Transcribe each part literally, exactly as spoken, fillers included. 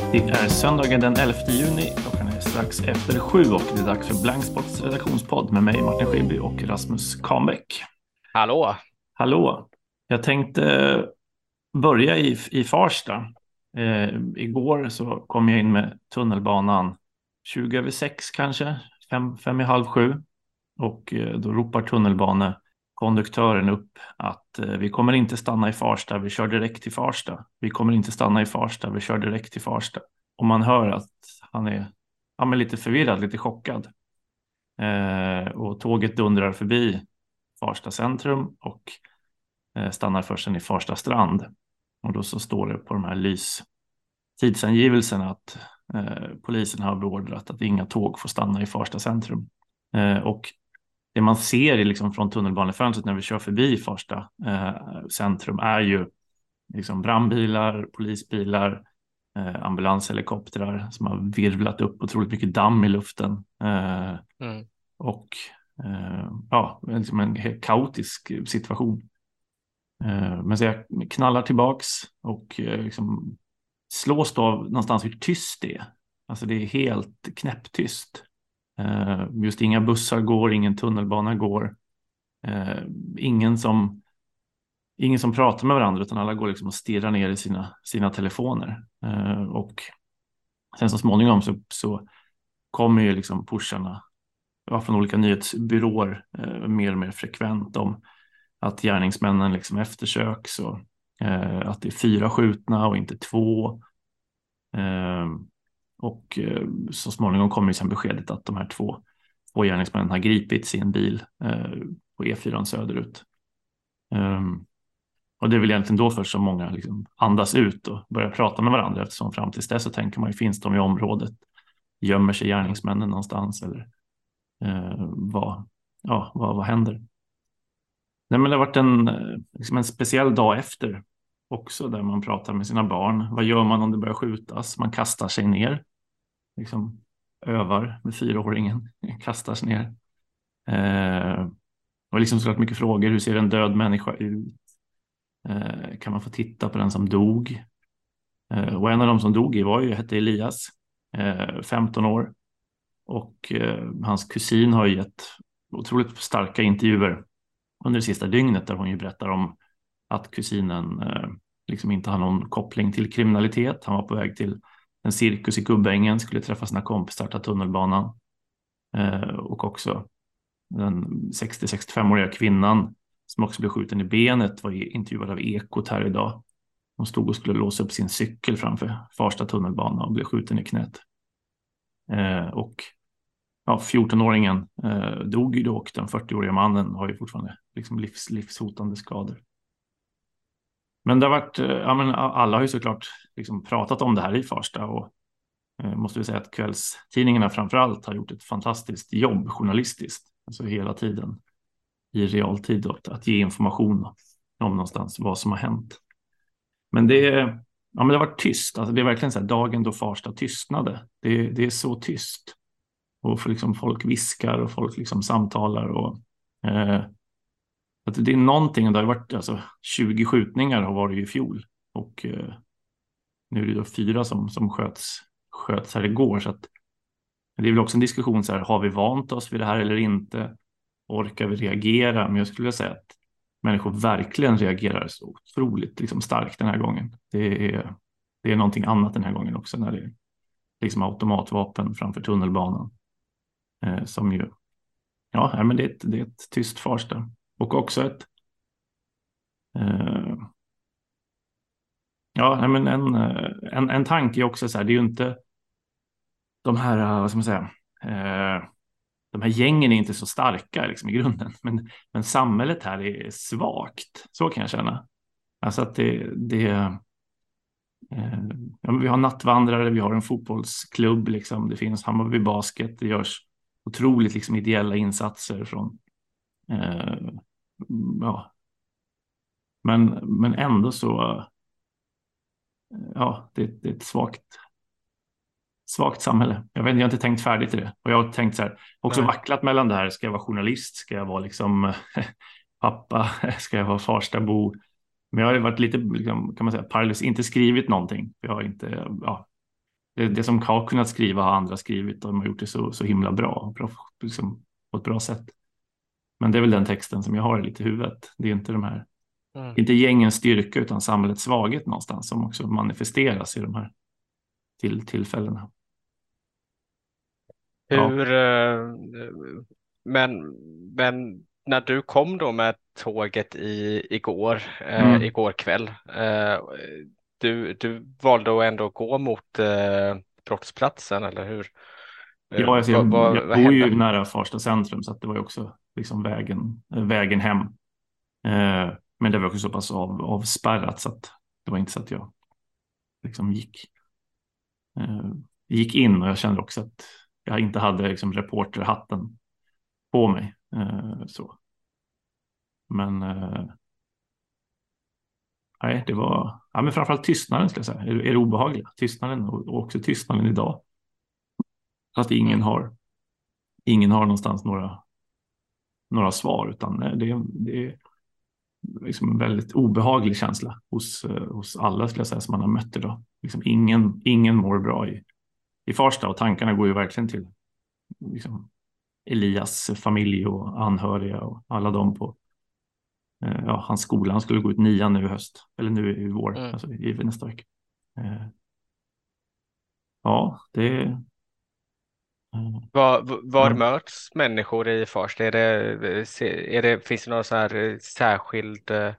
Det är söndagen den elfte juni, klockan är strax efter sju och det är dags för Blanksports redaktionspodd med mig Martin Schibbye och Rasmus Kahnbäck. Hallå! Hallå! Jag tänkte börja i, i Farsta. Eh, igår så kom jag in med tunnelbanan tjugo över sex kanske, fem, fem i halv sju. Och eh, då ropar tunnelbanekonduktören upp att eh, vi kommer inte stanna i Farsta, vi kör direkt till Farsta. Vi kommer inte stanna i Farsta, vi kör direkt till Farsta. Och man hör att han är ja, men lite förvirrad, lite chockad. Eh, och tåget dundrar förbi Farsta centrum och eh, stannar först i Farsta strand. Och då så står det på de här lys tidsangivelserna att eh, polisen har beordrat att inga tåg får stanna i Farsta centrum. Eh, och det man ser liksom från tunnelbanefönstret när vi kör förbi Farsta eh, centrum är ju liksom brandbilar, polisbilar, eh, ambulanshelikoptrar som har virvlat upp otroligt mycket damm i luften. Eh, Mm. och eh, ja, liksom en helt kaotisk situation. Eh, men så jag knallar tillbaks och eh, liksom slås då av någonstans hur tyst det är. Alltså det är helt knäpptyst. Eh, just inga bussar går, ingen tunnelbana går. Eh, ingen som ingen som pratar med varandra utan alla går liksom och stirrar ner i sina, sina telefoner. Eh, och sen så småningom så, så kommer ju liksom pusharna ja, från olika nyhetsbyråer eh, mer och mer frekvent om att gärningsmännen liksom eftersöks och eh, att det är fyra skjutna och inte två. Eh, och eh, så småningom kommer ju sen beskedet att de här två, två gärningsmännen har gripits i en bil eh, på E fyra söderut. Eh, och det är väl egentligen då först som många liksom andas ut och börjar prata med varandra, eftersom fram tills dess så tänker man ju, finns de i området? Gömmer sig gärningsmännen någonstans eller eh, vad, ja, vad, vad händer? Nej, men det har varit en, liksom en speciell dag efter också där man pratar med sina barn. Vad gör man om det börjar skjutas? Man kastar sig ner. Liksom övar med fyraåringen. Kastar sig ner. Eh, och liksom såklart mycket frågor. Hur ser en död människa ut? Eh, kan man få titta på den som dog? Eh, och en av de som dog var ju, hette Elias. Eh, femton år. Och eh, hans kusin har gett otroligt starka intervjuer under det sista dygnet där hon ju berättar om att kusinen eh, liksom inte har någon koppling till kriminalitet. Han var på väg till en cirkus i Gubbängen, skulle träffa sina kompisar, ta tunnelbanan. Eh, och också den sextio till sextiofem-åriga kvinnan som också blev skjuten i benet var intervjuad av Ekot här idag. Hon stod och skulle låsa upp sin cykel framför Farsta tunnelbana och blev skjuten i knät. Eh, och ja, fjorton-åringen eh, dog ju då och den fyrtio-åriga mannen har ju fortfarande liksom livs, livshotande skador. Men det har varit, eh, ja, men alla har ju såklart liksom pratat om det här i Farsta och eh, måste vi säga att kvällstidningarna framförallt har gjort ett fantastiskt jobb journalistiskt, alltså hela tiden i realtid att, att ge information om någonstans vad som har hänt. Men det, ja, men det har varit tyst, alltså det är verkligen så här dagen då Farsta tystnade. Det, det är så tyst. Och för liksom folk viskar och folk liksom samtalar. Och, eh, att det är någonting, det har varit alltså, tjugo skjutningar har varit i fjol. Och eh, nu är det då fyra som, som sköts, sköts här igår. Så att, det är väl också en diskussion, så här, har vi vant oss vid det här eller inte? Orkar vi reagera? Men jag skulle vilja säga att människor verkligen reagerar så otroligt liksom, starkt den här gången. Det är, det är någonting annat den här gången också när det är liksom, automatvapen framför tunnelbanan. Eh, som ju, ja, men det är ett, det är ett tyst Farsta. Och också ett, eh, ja, men en, en, en tanke är också så här, det är ju inte de här, vad ska man säga, eh, de här gängen är inte så starka liksom, i grunden, men, men samhället här är svagt, så kan jag känna. Alltså att det, det eh, ja, men vi har nattvandrare, vi har en fotbollsklubb, liksom, det finns Hammarby Basket, det görs otroligt liksom, ideella insatser från eh, ja. Men, men ändå så ja, det, det är ett svagt svagt samhälle. Jag vet, jag har inte tänkt färdigt i det. Och jag har tänkt så här, också Nej. vacklat mellan det här. Ska jag vara journalist? Ska jag vara liksom pappa? Ska jag vara Farstabo? Men jag har ju varit lite, liksom, kan man säga, parallells, inte skrivit någonting. Jag har inte, ja, det, det som har kunnat skriva har andra skrivit och de har gjort det så, så himla bra, bra liksom, på ett bra sätt. Men det är väl den texten som jag har lite i huvudet. Det är inte de här, Mm. inte gängens styrka utan samhällets svaghet någonstans som också manifesteras i de här till, tillfällena. Ja. Hur, eh, men, men när du kom då med tåget i, igår, eh, Mm. igår kväll, eh, du, du valde att ändå gå mot eh, brottsplatsen, eller hur? Eh, Ja, alltså vad, jag, jag vad, vad bor hände? ju nära Farsta centrum så att det var ju också liksom vägen, vägen hem. Eh, men det var också så pass av, avspärrat så att det var inte så att jag liksom gick, eh, gick in och jag kände också att jag inte hade liksom reporterhatten på mig. Eh, så. Men eh, nej, det var ja, men framförallt tystnaden ska jag säga. Är, är det obehagliga? Tystnaden och, och också tystnaden idag. Så att ingen Mm. har ingen har någonstans några, några svar utan nej, det, det är liksom en väldigt obehaglig känsla hos, eh, hos alla skulle jag säga som man har mött idag. Liksom ingen, ingen mår bra i, i Farsta och tankarna går ju verkligen till liksom, Elias familj och anhöriga och alla de på eh, ja, hans skola. Han skulle gå ut nian nu i höst eller nu i vår, Mm. alltså i nästa vecka. Eh, ja, det är eh, Var, var ja. möts människor i Farsta? Är det, är det, finns det någon så här eh, särskild eh,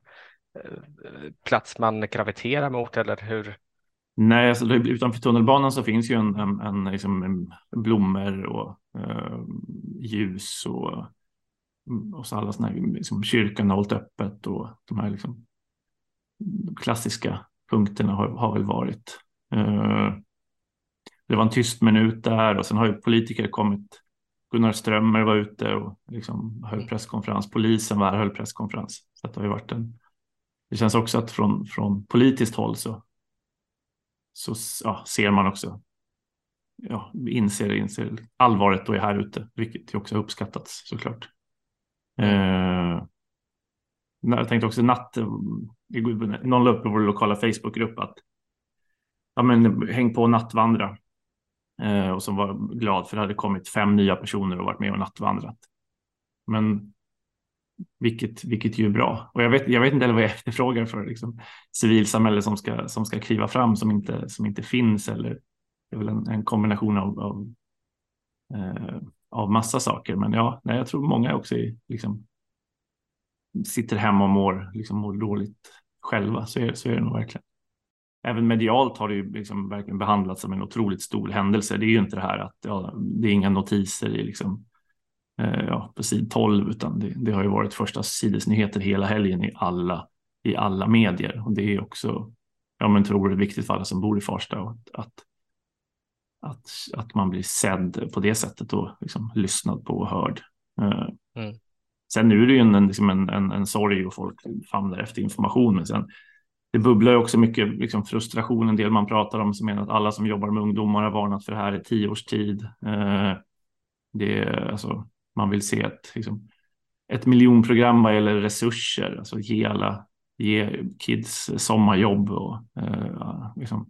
plats man graviterar mot, eller hur? Nej, alltså, det- utanför tunnelbanan så finns ju en, en, en, liksom, en blommor och eh, ljus och, och så alla såna här, liksom, kyrkan har hållit öppet och de här liksom, klassiska punkterna har, har väl varit. Eh, det var en tyst minut där och sen har ju politiker kommit. Gunnar Strömmer var ute och liksom höll Mm. presskonferens. Polisen var här och höll presskonferens. Så att det har ju varit en... Det känns också att från, från politiskt håll så, så ja, ser man också ja, inser, inser allvaret och är här ute, vilket ju också har uppskattats såklart. Mm. Eh, jag tänkte också natt, någon la upp i vår lokala Facebookgrupp att ja, men, häng på och nattvandra. Eh, och som var glad för det hade kommit fem nya personer och varit med och nattvandrat. Men vilket, vilket ju är bra. Och jag vet, jag vet inte heller vad jag efterfrågar för liksom, civilsamhälle som ska, som ska kliva fram som inte, som inte finns. Eller, det är väl en, en kombination av, av, eh, av massa saker. Men ja, nej, jag tror många också är, liksom, sitter hemma och mår, liksom, mår dåligt själva. Så är, så är det nog verkligen. Även medialt har det ju liksom verkligen behandlats som en otroligt stor händelse. Det är ju inte det här att ja, det är inga notiser i liksom, eh, ja, på sid tolv utan det, det har ju varit första sidesnyheter hela helgen i alla, i alla medier. Och det är också, ja, men tror det är viktigt för alla som bor i Farsta och att, att, att man blir sedd på det sättet och liksom lyssnad på och hörd. Eh, Mm. sen nu är det ju en, liksom en, en, en sorg och folk famlar efter information. Men sen det bubblar ju också mycket liksom, frustration. En del man pratar om som menar att alla som jobbar med ungdomar har varnat för det här i tio års tid. Eh, det är, alltså, man vill se ett, liksom, ett miljonprogram vad gäller resurser. Alltså ge alla, ge kids sommarjobb och eh, liksom,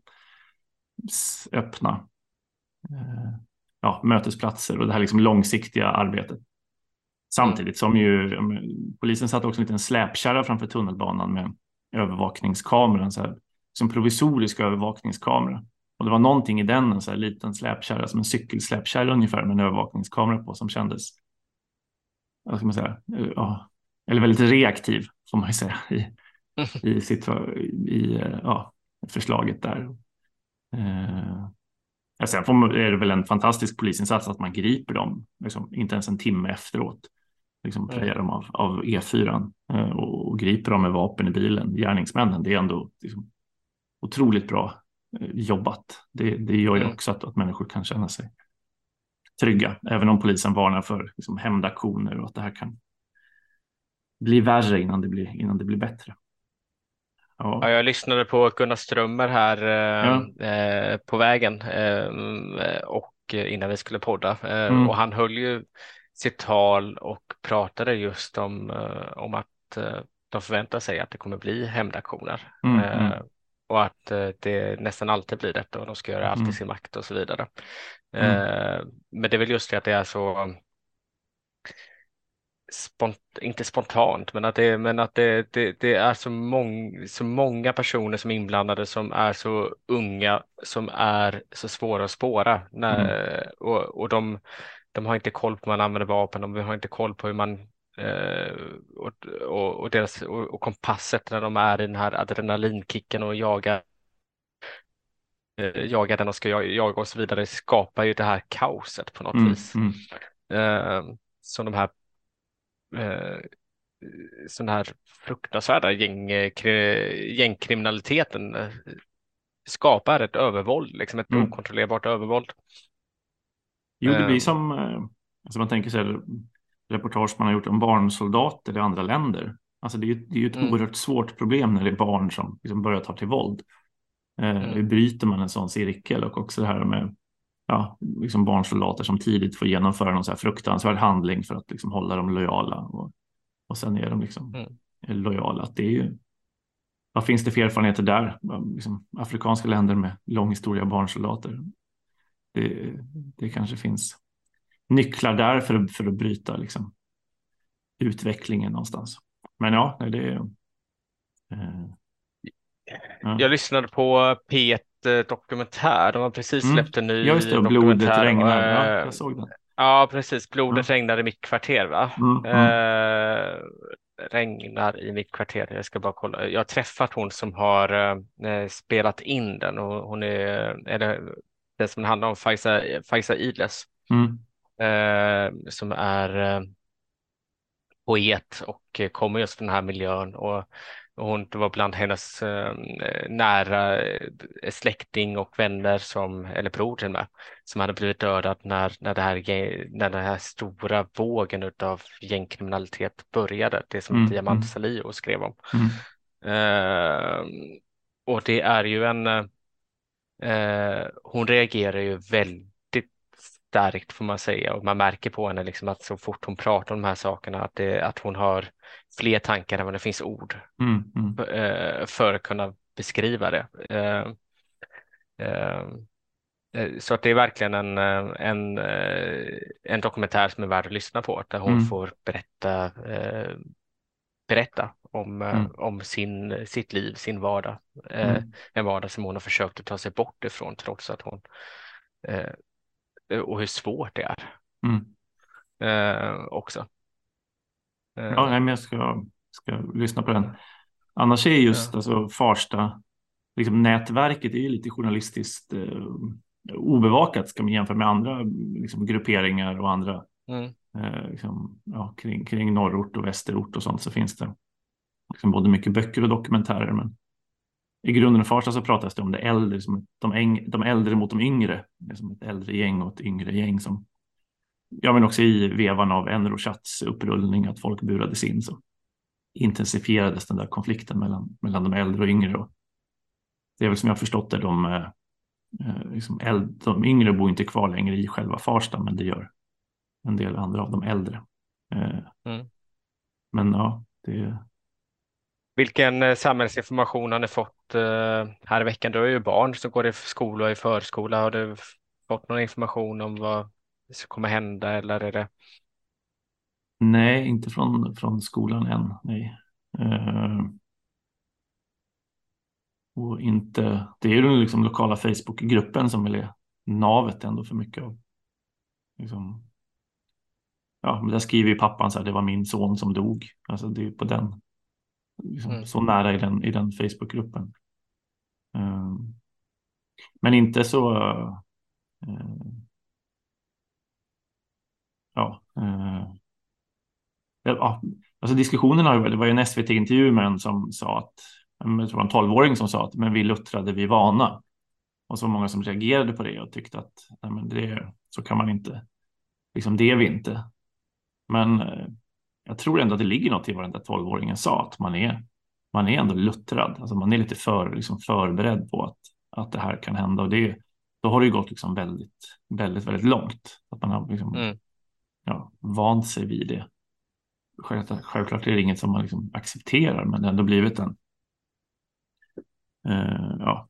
öppna eh, ja, mötesplatser och det här liksom, långsiktiga arbetet. Mm. Samtidigt som ju polisen satt också en liten släpkärra framför tunnelbanan med övervakningskameran, så här, som provisorisk övervakningskamera. Och det var någonting i den, en så här liten släpkärra, som en cykelsläpkärra ungefär med en övervakningskamera på som kändes, vad ska man säga, ja, eller väldigt reaktiv får man ju säga i, i, sitt, i ja, förslaget där. Eh, sen får man, är det väl en fantastisk polisinsats att man griper dem, liksom, inte ens en timme efteråt. Liksom Mm. prejar dem av, av E fyra eh, och, och griper dem med vapen i bilen. Gärningsmännen, det är ändå liksom, otroligt bra eh, jobbat. Det, det gör ju Mm. också att, att människor kan känna sig trygga. Även om polisen varnar för liksom, hämndaktioner och att det här kan bli värre innan det blir, innan det blir bättre. Ja, Ja, jag lyssnade på Gunnar Strömmer här ja, eh, eh, på vägen eh, och innan vi skulle podda eh, och mm, han höll ju sitt tal och pratade just om, eh, om att eh, de förväntar sig att det kommer bli hämndaktioner. mm, Eh, mm, och att eh, det nästan alltid blir detta och de ska göra allt i Mm. sin makt och så vidare. Mm. Eh, men det är väl just det att det är så spont inte spontant, men att det, men att det, det, det är så, mång så många personer som är inblandade som är så unga, som är så svåra att spåra. Mm. När, och och de, de har inte koll på hur man använder vapen, de har inte koll på hur man eh, och, och, och, deras, och, och kompasset när de är i den här adrenalinkicken och jagar, eh, jagar den och ska jaga, jaga och så vidare, skapar ju det här kaoset på något Mm. vis. Mm. Eh, som de här eh, sån här fruktansvärda gäng, kri- gängkriminaliteten eh, skapar ett övervåld, liksom ett Mm. okontrollerbart övervåld. Jo, det blir Um, som, eh, alltså man tänker sig reportage man har gjort om barnsoldater i andra länder. Alltså det är ju det är ju ett mm, oerhört svårt problem när det är barn som liksom börjar ta till våld. Eh, hur mm, bryter man en sån cirkel? Och också det här med ja, liksom barnsoldater som tidigt får genomföra någon så här fruktansvärd handling för att liksom hålla dem lojala. Och, och sen är de liksom mm, lojala. Att det är ju, vad finns det för erfarenheter där? Liksom, afrikanska länder med lång historia av barnsoldater. Det, det kanske finns nycklar där för, att- för att bryta liksom, utvecklingen någonstans. Men ja, nej, det är... Eh, ja. Jag lyssnade på P ett eh, dokumentär. De har precis Mm. släppt en Ja, just ny det. Blodet dokumentär. regnar. Ja, eh, jag såg den. Ja, precis. Blodet Ja. regnar i mitt kvarter, va? Mm, mm, Eh, regnar i mitt kvarter. Jag ska bara kolla. Jag har träffat hon som har eh, spelat in den och hon är, är det, det som handlar om Faiza, Faiza Idles, mm, eh, som är eh, poet och eh, kommer just från den här miljön. Och, och hon, det var bland hennes eh, nära eh, släkting och vänner, som, eller bror till och med, som hade blivit dödad när, när, det här, gäng- när den här stora vågen av gängkriminalitet började. Det som mm, Diamant mm, Salio skrev om. mm, Eh, och det är ju en Eh, hon reagerar ju väldigt starkt, får man säga, och man märker på henne liksom att så fort hon pratar om de här sakerna att, det, att hon har fler tankar än vad det finns ord mm, mm, eh, för att kunna beskriva det. Eh, eh, eh, så att det är verkligen en, eh, en, eh, en dokumentär som är värd att lyssna på, där hon mm, får berätta, eh, berätta om, eh, mm, om sin, sitt liv, sin vardag. Eh, mm, en vardag som hon har försökt att ta sig bort ifrån trots att hon eh, och hur svårt det är mm. eh, också. Ja, Eh, nej, men jag ska, ska lyssna på den. Annars är just ja. alltså, Farsta, liksom, nätverket är ju lite journalistiskt eh, obevakat ska man jämföra med andra liksom, grupperingar och andra Mm, eh, liksom, ja, kring, kring norrort och västerort och sånt, så finns det liksom, både mycket böcker och dokumentärer. Men i grunden i Farsta så pratas det om det äldre, som de, äng, de äldre mot de yngre. Det är som ett äldre gäng och ett yngre gäng som, ja, men också i vevan av Encrochats upprullning, att folk burades in, så intensifierades den där konflikten mellan, mellan de äldre och yngre. Och det är väl som jag har förstått det, de, eh, liksom äldre, de yngre bor inte kvar längre i själva Farsta, men det gör en del andra av de äldre. Eh, mm. men ja, det... Vilken eh, samhällsinformation har ni fått eh, här i veckan? Du har ju barn som går i skola och i förskola. Har du f- fått någon information om vad som kommer hända, eller är det? Nej, inte från, från skolan än. Nej. Eh, och inte, det är ju den liksom lokala Facebookgruppen som väl är navet ändå för mycket av. Liksom, ja, men där skriver ju pappan så här, det var min son som dog. Alltså det är ju på den, liksom, Mm, så nära i den, i den Facebookgruppen. Eh, men inte så, eh, ja. Eh, ja, alltså diskussionen har ju, det var ju en S V T-intervju med en som sa att, jag tror det var en tolvåring som sa att men vi luttrade, vi vana. Och så var många som reagerade på det och tyckte att nej, men det, så kan man inte, liksom det är vi inte. Men eh, jag tror ändå att det ligger något i vad den där tolvåringen sa, att man är, man är ändå luttrad. Alltså man är lite för, liksom förberedd på att, att det här kan hända. Och det, då har det ju gått liksom väldigt, väldigt, väldigt långt. Att man har liksom, mm, ja, vant sig vid det. Självklart, självklart är det inget som man liksom accepterar, men det har ändå blivit en, Eh, ja.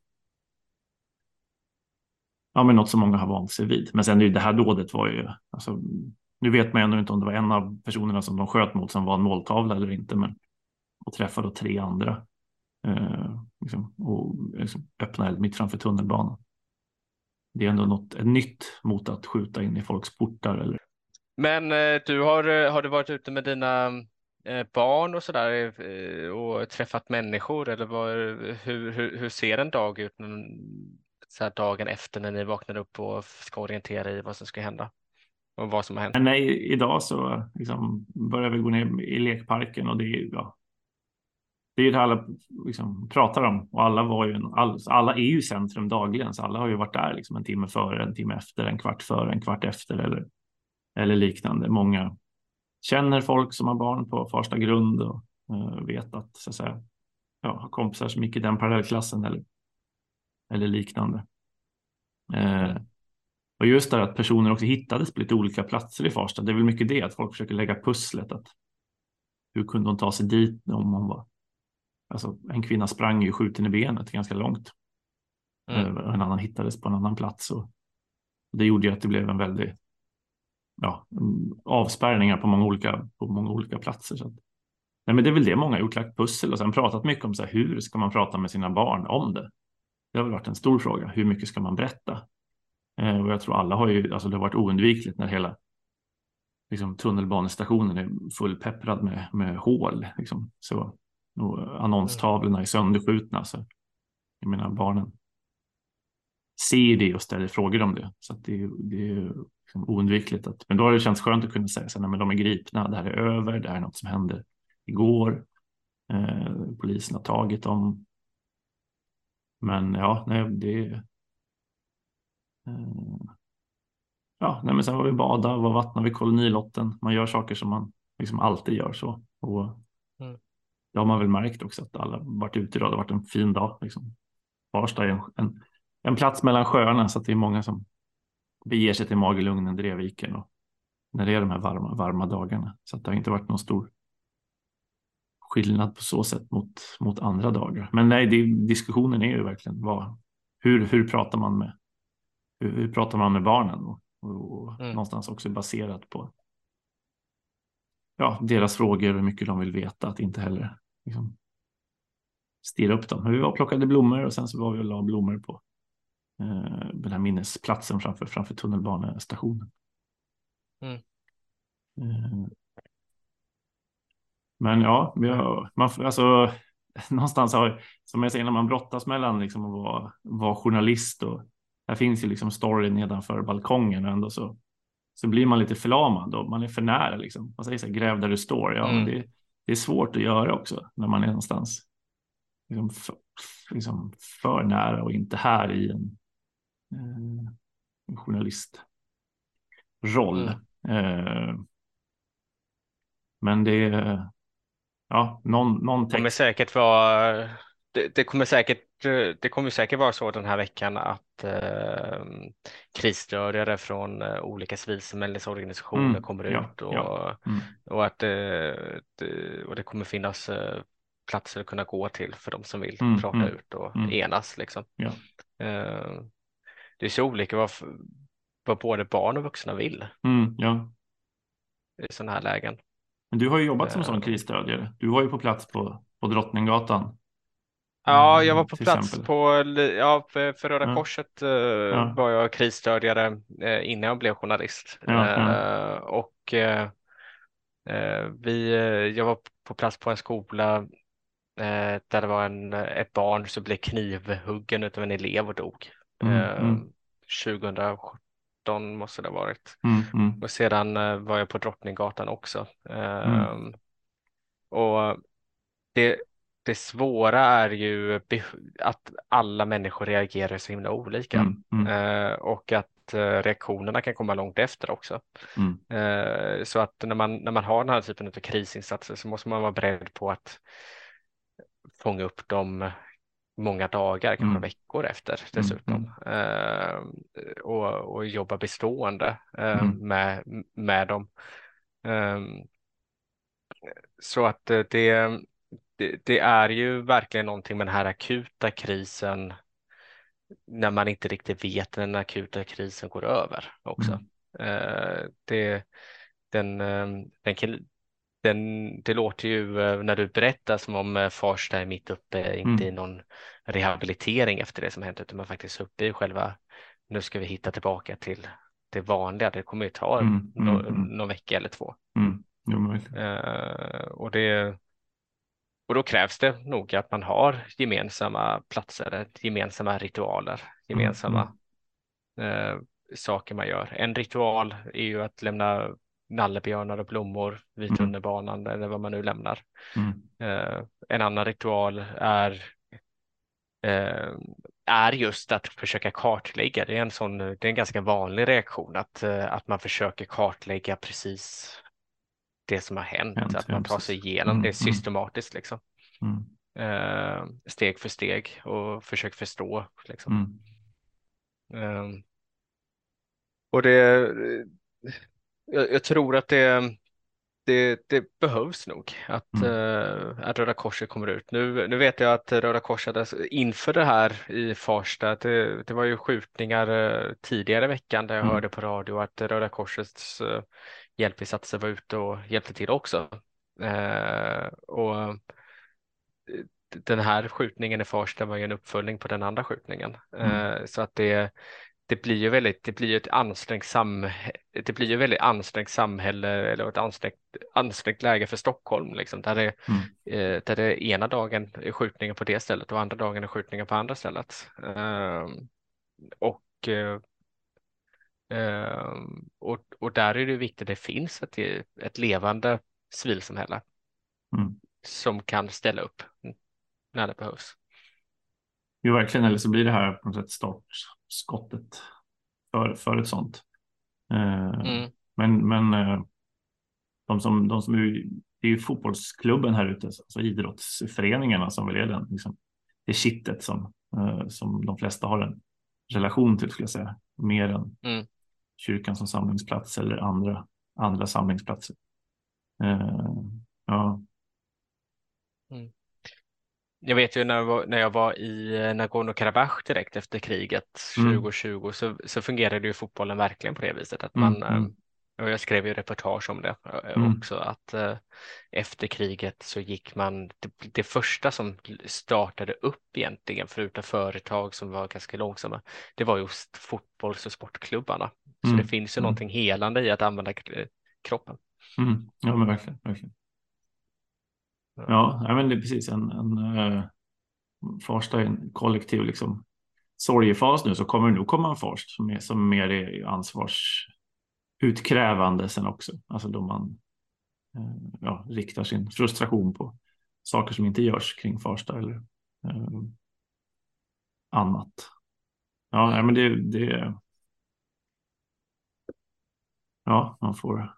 ja, men något som många har vant sig vid. Men sen är det här dådet var ju, alltså, nu vet man ännu inte om det var en av personerna som de sköt mot som var en måltavla eller inte, men och träffade då tre andra eh, liksom, och liksom, öppna eld mitt framför tunnelbanan. Det är ändå något ett nytt mot att skjuta in i folks portar. Eller... Men eh, du har, eh, har du varit ute med dina eh, barn och sådär eh, och träffat människor eller vad, hur, hur, hur ser en dag ut när- så här dagen efter när ni vaknar upp och ska orientera i vad som ska hända och vad som har hänt? Men nej, idag så liksom, börjar vi gå ner i lekparken och det är, ja, det är ju det alla liksom, pratar om. Och alla, var ju en, all, alla är ju i centrum dagligen, så alla har ju varit där liksom, en timme före, en timme efter, en kvart före, en kvart efter eller, eller liknande. Många känner folk som har barn på Farsta grund och uh, vet att, så att säga, ja, har kompisar som gick i den parallellklassen eller, eller liknande. Uh, Mm. och just det att personer också hittades på lite olika platser i Farsta. Det är väl mycket det att folk försöker lägga pusslet. Att hur kunde hon ta sig dit om hon var... Alltså, en kvinna sprang ju skjuten i benet ganska långt. Mm. En annan hittades på en annan plats. Och det gjorde ju att det blev en väldig ja, avspärrningar på många olika, på många olika platser. Så att, nej, men det är väl det många har gjort, lagt pussel och sen pratat mycket om så här, hur ska man prata med sina barn om det. Det har väl varit en stor fråga. Hur mycket ska man berätta? Eh, och jag tror alla har ju, alltså det har varit oundvikligt när hela liksom, tunnelbanestationen är fullpepprad med, med hål. Liksom. Så, och Mm. annonstavlorna är sönderskjutna. Så, jag menar, barnen ser det och ställer frågor om det. Så att det, det är liksom oundvikligt. Att, men då har det känts skönt att kunna säga att de är gripna, det här är över, det här är något som hände igår. Eh, polisen har tagit dem. Men ja, nej, det... Eh, ja, nej, men sen var vi bada, var vattnade vid kolonilotten. Man gör saker som man liksom alltid gör så. Och Mm. det har man väl märkt också att alla varit ute idag. Det har varit en fin dag. Liksom. Farsta är en, en, en plats mellan sjöarna så att det är många som beger sig till Magelugnen, Drevviken och när det är de här varma, varma dagarna. Så att det har inte varit någon stor skillnad på så sätt mot, mot andra dagar. Men nej, det, diskussionen är ju verkligen vad, hur, hur pratar man med hur, hur pratar man med barnen och, och, och Mm. någonstans också baserat på ja, deras frågor och hur mycket de vill veta, att inte heller liksom, stirra upp dem. Vi var och plockade blommor och sen så var vi och la blommor på eh, den här minnesplatsen framför, framför tunnelbanestationen. Mm. Eh, men ja, vi har, man, alltså, någonstans har, som jag säger, när man brottas mellan liksom, att vara, vara journalist och här finns ju liksom story nedanför balkongen och ändå så, så blir man lite förlamad och man är för nära. Liksom. Man säger så här, gräv där du står. Ja, men Mm. det, det är svårt att göra också när man är någonstans liksom, för, liksom, för nära och inte här i en, eh, en journalistroll. Mm. Eh, men det är ja, någon, någon Kommer text. säkert vara, det, det kommer säkert, det kommer säkert vara så den här veckan att eh, krisstödjare från eh, olika civilsamhällesorganisationer Mm, kommer ja, ut ja. och, Mm, och att eh, det, och det kommer finnas eh, platser att kunna gå till för de som vill mm, prata mm, ut och mm, enas liksom. ja. Eh, det är så olika vad, vad både barn och vuxna vill Mm, ja. i sådana här lägen. Men du har ju jobbat som sån Eh, krisstödjare. Du var ju på plats på, på Drottninggatan Ja, jag var eh, på till plats exempel. på, ja, för, för Röda Ja, Korset eh, ja, var jag krisstödjare eh, innan jag blev journalist. ja, ja. Eh, och eh, eh, vi, eh, jag var på plats på en skola eh, där det var en, ett barn som blev knivhuggen av en elev och dog. Mm, Eh, mm, tjugohundrasjutton måste det ha varit. mm, mm, Och sedan eh, var jag på Drottninggatan också. Eh, mm, och det, det svåra är ju beh- att alla människor reagerar så himla olika mm, mm, eh, och att eh, reaktionerna kan komma långt efter också. mm, Eh, så att när man, när man har den här typen av krisinsatser så måste man vara beredd på att fånga upp dem många dagar, kanske mm, veckor efter mm, dessutom. mm, Eh, och, och jobba bestående eh, mm, med, med dem. Eh, så att eh, det det, det är ju verkligen någonting med den här akuta krisen när man inte riktigt vet när den akuta krisen går över också. Mm. Eh, det, den, eh, den, kan- den, det låter ju eh, när du berättar som om eh, Farsta är mitt uppe, inte i Mm. någon rehabilitering efter det som hänt, utan man faktiskt är uppe i själva, nu ska vi hitta tillbaka till det vanliga. Det kommer ju ta Mm. no, Mm. Mm. någon vecka eller två. Mm. Jo, men verkligen. Eh, och det Och då krävs det nog att man har gemensamma platser, gemensamma ritualer, Mm. gemensamma Mm. eh, saker man gör. En ritual är ju att lämna nallebjörnar och blommor vid Mm. tunnelbanan eller vad man nu lämnar. Mm. Eh, en annan ritual är eh, är just att försöka kartlägga. Det är en sån, det är en ganska vanlig reaktion att, eh, att man försöker kartlägga precis det som har hänt, Hänt, att ja, man tar sig precis. igenom det Mm. Mm. systematiskt liksom. Mm. eh, steg för steg och försöker förstå liksom. Mm. Eh, och det, jag, jag tror att det, det, det behövs nog att, Mm. eh, att Röda Korset kommer ut. Nu, nu vet jag att Röda Korset alltså, inför det här i Farsta, det, det var ju skjutningar eh, tidigare i veckan där jag Mm. hörde på radio att Röda Korsets eh, hjälpinsatser var ute och hjälpte till också. Eh, och den här skjutningen i Farsta var ju en uppföljning på den andra skjutningen. Mm. Eh, så att det, det blir ju väldigt, det blir ju ett ansträngt sam, det blir ju väldigt ansträngt samhälle eller ett ansträngt, ansträngt läge för Stockholm liksom, där det, Mm. eh, där det ena dagen är skjutningen på det stället och andra dagen är skjutningen på andra stället. Eh, och, eh, eh, och, och där är det viktigt att det finns ett, ett levande civilsamhälle Mm. som kan ställa upp när det behövs. Jo, verkligen. Eller så blir det här på något sätt startskottet för, för ett sånt. Eh, Mm. men men eh, de som, de som är, det är ju fotbollsklubben här ute, alltså idrottsföreningarna som väl är den, liksom, det kittet som, eh, som de flesta har en relation till, skulle jag säga. Mer än Mm. kyrkan som samlingsplats eller andra, andra samlingsplatser. Eh, ja. Mm. Jag vet ju när jag var, när jag var i eh, Nagorno-Karabach direkt efter kriget Mm. tjugo tjugo så, så fungerade ju fotbollen verkligen på det viset att man, Mm. eh, Mm. och jag skrev ju reportage om det eh, Mm. också, att eh, efter kriget så gick man, det, det första som startade upp egentligen förutom företag som var ganska långsamma, det var just fotbolls- och sportklubbarna. Så det Mm. finns ju Mm. någonting helande i att använda eh, kroppen. Mm. Ja, men verkligen, verkligen. Ja. Ja, ja, men det är precis en, en uh, Farsta är en kollektiv liksom sorgefas nu, så kommer det nog komma en fas som, är, som mer är ansvarsutkrävande sen också. Alltså då man uh, ja, riktar sin frustration på saker som inte görs kring Farsta eller uh, annat. Ja, nej, Mm. men det, det ja, man får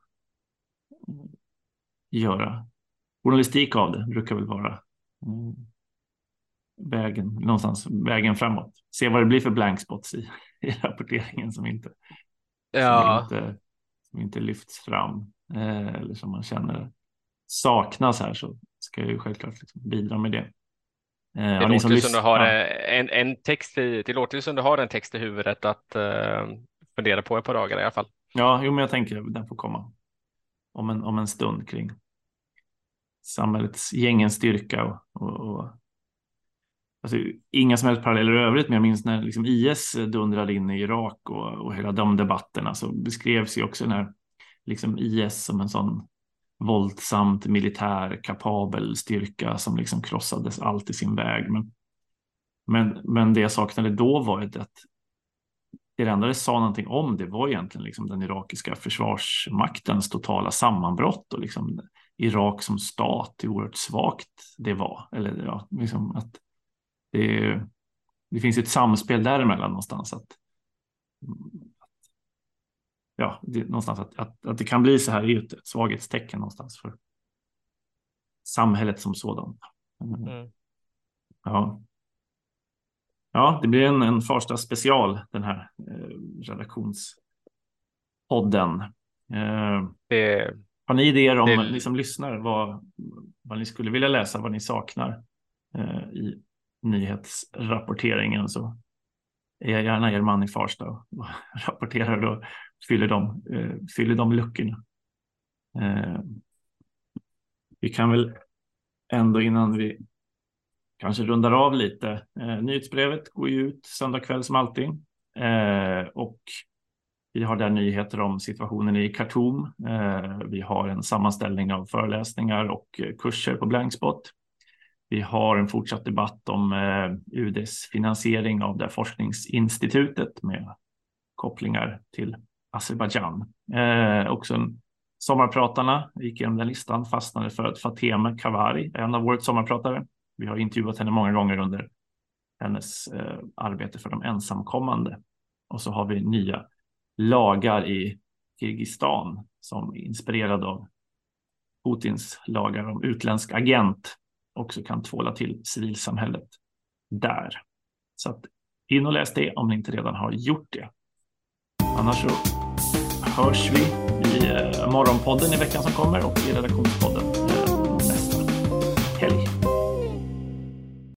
göra journalistik av det, brukar väl vara mm, vägen, någonstans vägen framåt. Se vad det blir för blank spots i, i rapporteringen som inte, som Ja, inte, som inte lyfts fram eh, eller som man känner saknas här, så ska jag ju självklart liksom bidra med det. Eh, det ja, ni som låter ju som du lyssnar, har ja, eh, en, en text i, det låter ju som du har en text i huvudet att uh, fundera på ett par dagar i alla fall. ja, jo, men jag tänker att den får komma om en, om en stund kring samhällets gängens styrka och, och, och alltså, inga som helst paralleller i övrigt, men jag minns när liksom I S dundrade in i Irak och, och hela de debatterna, så beskrevs ju också den här liksom I S som en sån våldsamt militär kapabel styrka som liksom krossades allt i sin väg. Men, men, men det jag saknade då var ju att det enda det sa någonting om, det var egentligen liksom den irakiska försvarsmaktens totala sammanbrott och liksom Irak som stat, hur oerhört svagt det var. Eller ja, liksom att det, det finns ett samspel däremellan någonstans. Att, ja, det, någonstans att, att, att det kan bli så här är ju ett, ett svaghetstecken någonstans för samhället som sådant. Mm. Mm. Ja. Ja, det blir en, en första special, den här eh, redaktionspodden. Eh, Det, har Har ni idéer om, Det- ni som lyssnar, vad, vad ni skulle vilja läsa, vad ni saknar eh, i nyhetsrapporteringen, så är jag gärna er man i Farsta och rapporterar och fyller de, eh, fyller de luckorna. Eh, vi kan väl ändå, innan vi kanske rundar av lite, eh, nyhetsbrevet går ju ut söndag kväll som alltid, eh, och vi har där nyheter om situationen i Khartoum. Eh, vi har en sammanställning av föreläsningar och eh, kurser på Blankspot. Vi har en fortsatt debatt om eh, U D:s finansiering av det forskningsinstitutet med kopplingar till Azerbaijan. Eh, också en sommarpratarna, gick igenom den listan, fastnade för att Fatema Kavari är en av årets sommarpratare. Vi har intervjuat henne många gånger under hennes eh, arbete för de ensamkommande. Och så har vi nya lagar i Kirgizistan som inspirerad av Putins lagar om utländsk agent också kan tvåla till civilsamhället där. Så att in och läs det om ni inte redan har gjort det. Annars så hörs vi i eh, morgonpodden i veckan som kommer och i redaktionspodden